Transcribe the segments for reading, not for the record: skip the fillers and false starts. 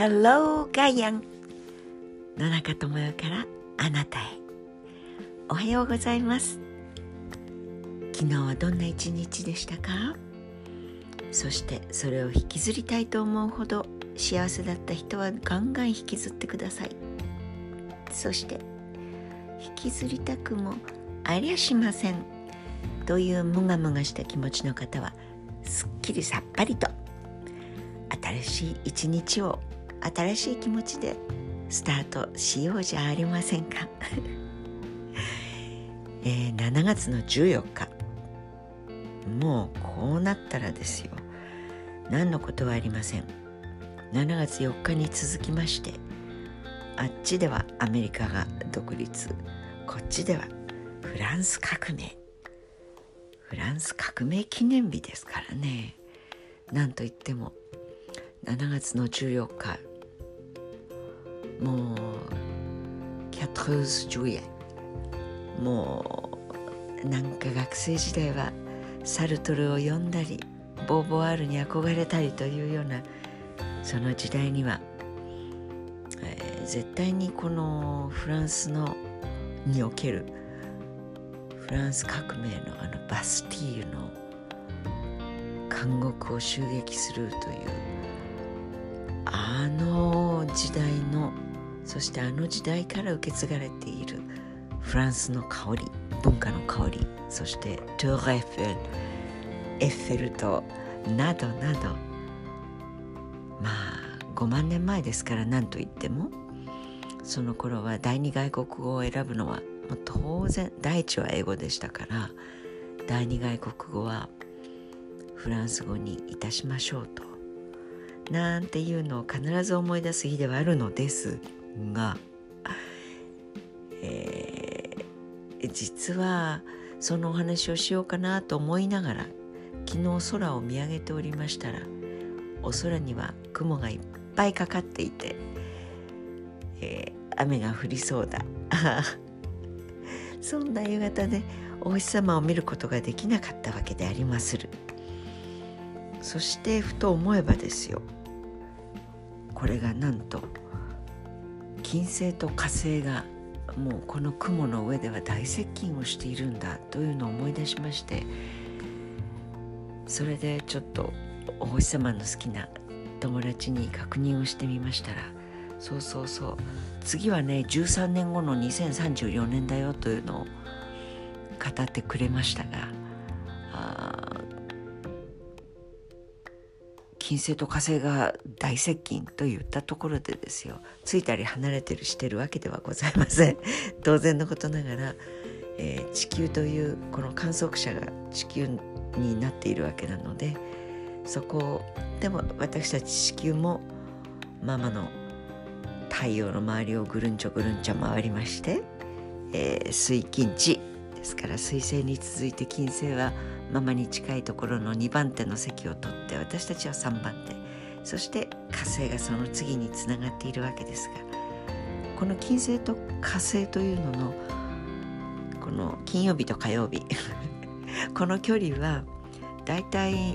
Hello ガイアン、野中智代からあなたへ。おはようございます。昨日はどんな一日でしたか？そしてそれを引きずりたいと思うほど幸せだった人はガンガン引きずってください。そして引きずりたくもありゃしませんというムガムガした気持ちの方はすっきりさっぱりと新しい一日を新しい気持ちでスタートしようじゃありませんか。7月の14日、もうこうなったらですよ、何のことはありません。7月4日に続きまして、あっちではアメリカが独立、こっちではフランス革命記念日ですからね。なんといっても7月の14日、もう14ジュイエ、もうなんか学生時代はサルトルを読んだりボーヴォワールに憧れたりというようなその時代には、絶対にこのフランスにおけるフランス革命のバスティーユの監獄を襲撃するという時代の、そして時代から受け継がれているフランスの香り、文化の香り、そしてトゥール・エッフェル塔などなど、まあ5万年前ですから、何といってもその頃は第二外国語を選ぶのはもう当然、第一は英語でしたから、第二外国語はフランス語にいたしましょうと、なんていうのを必ず思い出す日ではあるのですが、実はそのお話をしようかなと思いながら昨日空を見上げておりましたら、お空には雲がいっぱいかかっていて、雨が降りそうだそんな夕方でお星様を見ることができなかったわけでありまする。そしてふと思えばですよ、これがなんと金星と火星がもうこの雲の上では大接近をしているんだというのを思い出しまして、それでちょっとお星様の好きな友達に確認をしてみましたら、そう次はね13年後の2034年だよというのを語ってくれましたが、金星と火星が大接近といったところでですよ、ついたり離れてるしてるわけではございません。当然のことながら、地球というこの観測者が地球になっているわけなので、そこでも私たち地球もママの太陽の周りをぐるんちょぐるんちょ回りまして、水金地ですから、水星に続いて金星はママに近いところの2番手の席を取って、私たちは3番手、そして火星がその次につながっているわけですが、この金星と火星というののこの金曜日と火曜日この距離はだいたい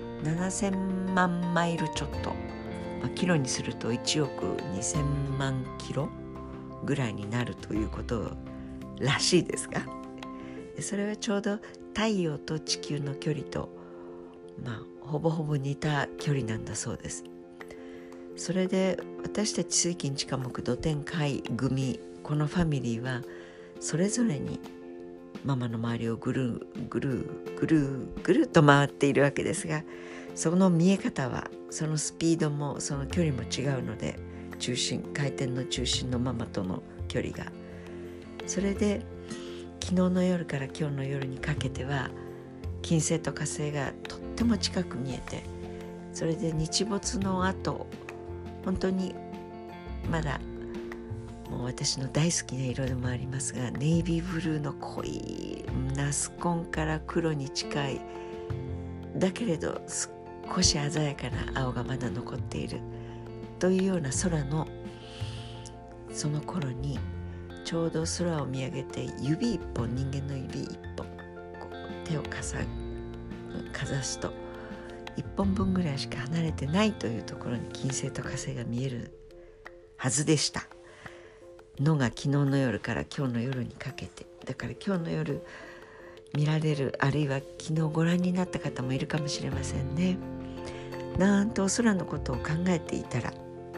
7000万マイルちょっと、キロにすると1億2000万キロぐらいになるということらしいですが、それはちょうど太陽と地球の距離と、ほぼほぼ似た距離なんだそうです。それで私たち水金地火木土天海組、このファミリーはそれぞれにママの周りをぐるぐるぐるぐると回っているわけですが、その見え方は、そのスピードもその距離も違うので、回転の中心のママとの距離が、それで昨日の夜から今日の夜にかけては金星と火星がとっても近く見えて、それで日没の後、本当にまだもう私の大好きな色でもありますが、ネイビーブルーの濃いナス紺から黒に近い、だけれど少し鮮やかな青がまだ残っているというような空のその頃に、ちょうど空を見上げて指一本、人間の指一本こう手をかざすと 1本分ぐらいしか離れてないというところに金星と火星が見えるはずでしたのが、昨日の夜から今日の夜にかけて。だから今日の夜見られる、あるいは昨日ご覧になった方もいるかもしれませんね。なんとお空のことを考えていたら、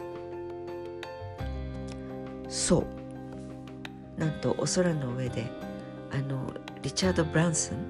そうなんとお空の上でリチャード・ブランソン、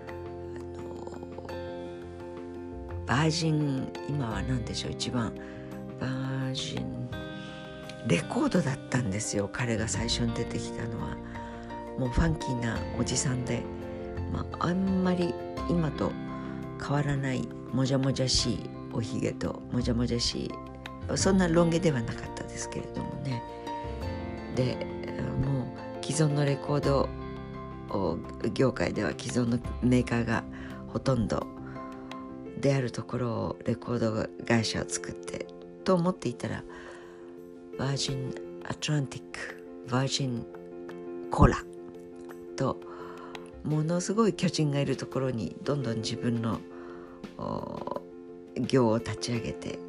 バージン、今は何でしょう、一番バージンレコードだったんですよ。彼が最初に出てきたのはもうファンキーなおじさんで、あんまり今と変わらないもじゃもじゃしいおひげともじゃもじゃしい、そんなロン毛ではなかったですけれどもね。でもう既存のレコード業界では既存のメーカーがほとんどであるところをレコード会社を作ってと思っていたら、バージンアトランティック、バージンコーラとものすごい巨人がいるところにどんどん自分の業を立ち上げて、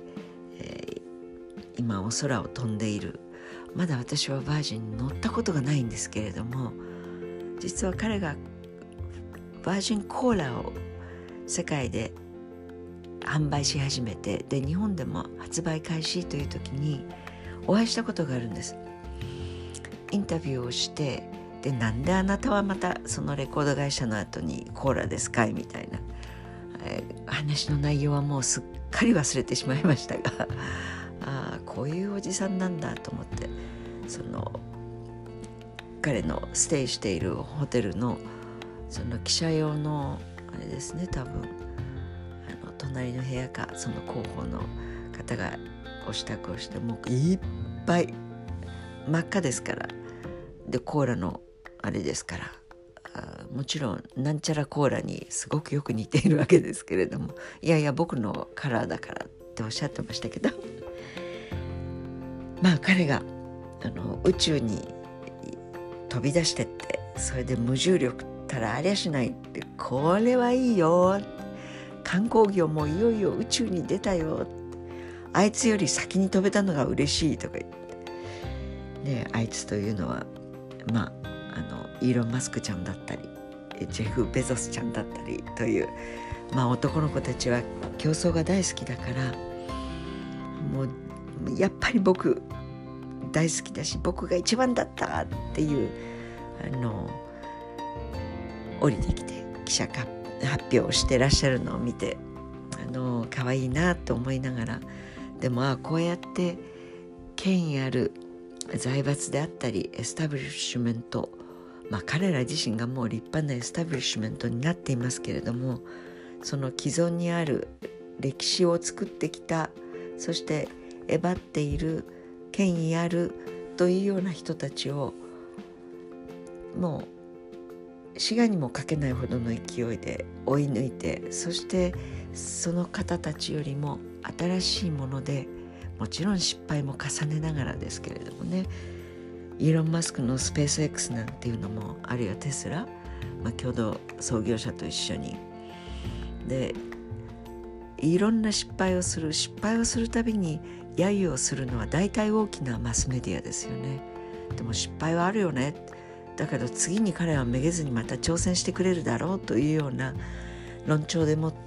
今お空を飛んでいる。まだ私はバージンに乗ったことがないんですけれども、実は彼がバージンコーラを世界で販売し始めて、で日本でも発売開始という時にお会いしたことがあるんです。インタビューをして、でなんであなたはまたそのレコード会社の後にコーラですかいみたいな、話の内容はもうすっかり忘れてしまいましたがこういうおじさんなんだと思って、その彼のステイしているホテルのその記者用のあれですね、多分隣の部屋か、その広報の方がお支度をして、もういっぱい真っ赤ですから、でコーラのあれですから、もちろんなんちゃらコーラにすごくよく似ているわけですけれども、いやいや僕のカラーだからっておっしゃってましたけど彼が宇宙に飛び出してって、それで無重力たらありゃしないって、これはいいよ、観光業もいよいよ宇宙に出たよ、あいつより先に飛べたのが嬉しいとか言って、ね、あいつというのはイーロン・マスクちゃんだったりジェフ・ベゾスちゃんだったりという、男の子たちは競争が大好きだから、もうやっぱり僕大好きだし、僕が一番だったっていう降りてきて記者発表をしてらっしゃるのを見て可愛いなと思いながら、でもこうやって権威ある財閥であったりエスタブリッシュメント、彼ら自身がもう立派なエスタブリッシュメントになっていますけれども、その既存にある歴史を作ってきた、そしてえばっている権威あるというような人たちをもう滋賀にもかけないほどの勢いで追い抜いて、そしてその方たちよりも新しいもので、もちろん失敗も重ねながらですけれどもね、イーロン・マスクのスペース X なんていうのも、あるいはテスラ、共同創業者と一緒にでいろんな失敗をするたびに揶揄をするのは大体大きなマスメディアですよね。でも失敗はあるよね、だけど次に彼はめげずにまた挑戦してくれるだろうというような論調でもって、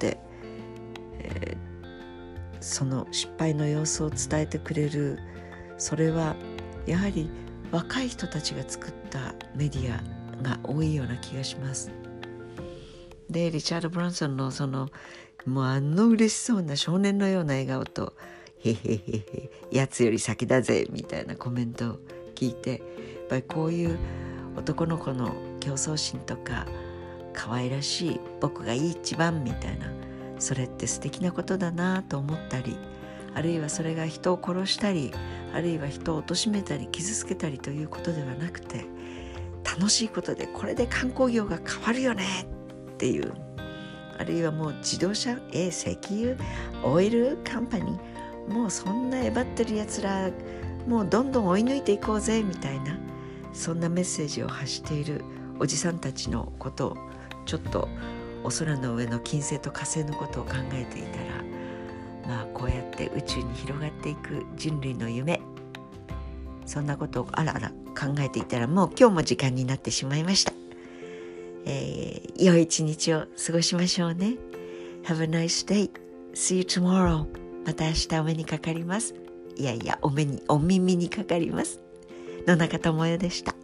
その失敗の様子を伝えてくれる、それはやはり若い人たちが作ったメディアが多いような気がします。でリチャード・ブランソンのもう嬉しそうな少年のような笑顔とへへへへやつより先だぜみたいなコメントを聞いて、やっぱりこういう男の子の競争心とか可愛らしい僕が一番みたいな、それって素敵なことだなと思ったり、あるいはそれが人を殺したり、あるいは人を貶めたり傷つけたりということではなくて、楽しいことでこれで観光業が変わるよねっていう、あるいはもう自動車、石油、オイルカンパニー、もうそんなえばってるやつらもうどんどん追い抜いていこうぜみたいな、そんなメッセージを発しているおじさんたちのことを、ちょっとお空の上の金星と火星のことを考えていたら、 こうやって宇宙に広がっていく人類の夢、そんなことをあらあら考えていたら、もう今日も時間になってしまいました。良い一日を過ごしましょうね。Have a nice day. See you tomorrow. また明日お目にかかります。いやいや、お耳にかかります。野中智代でした。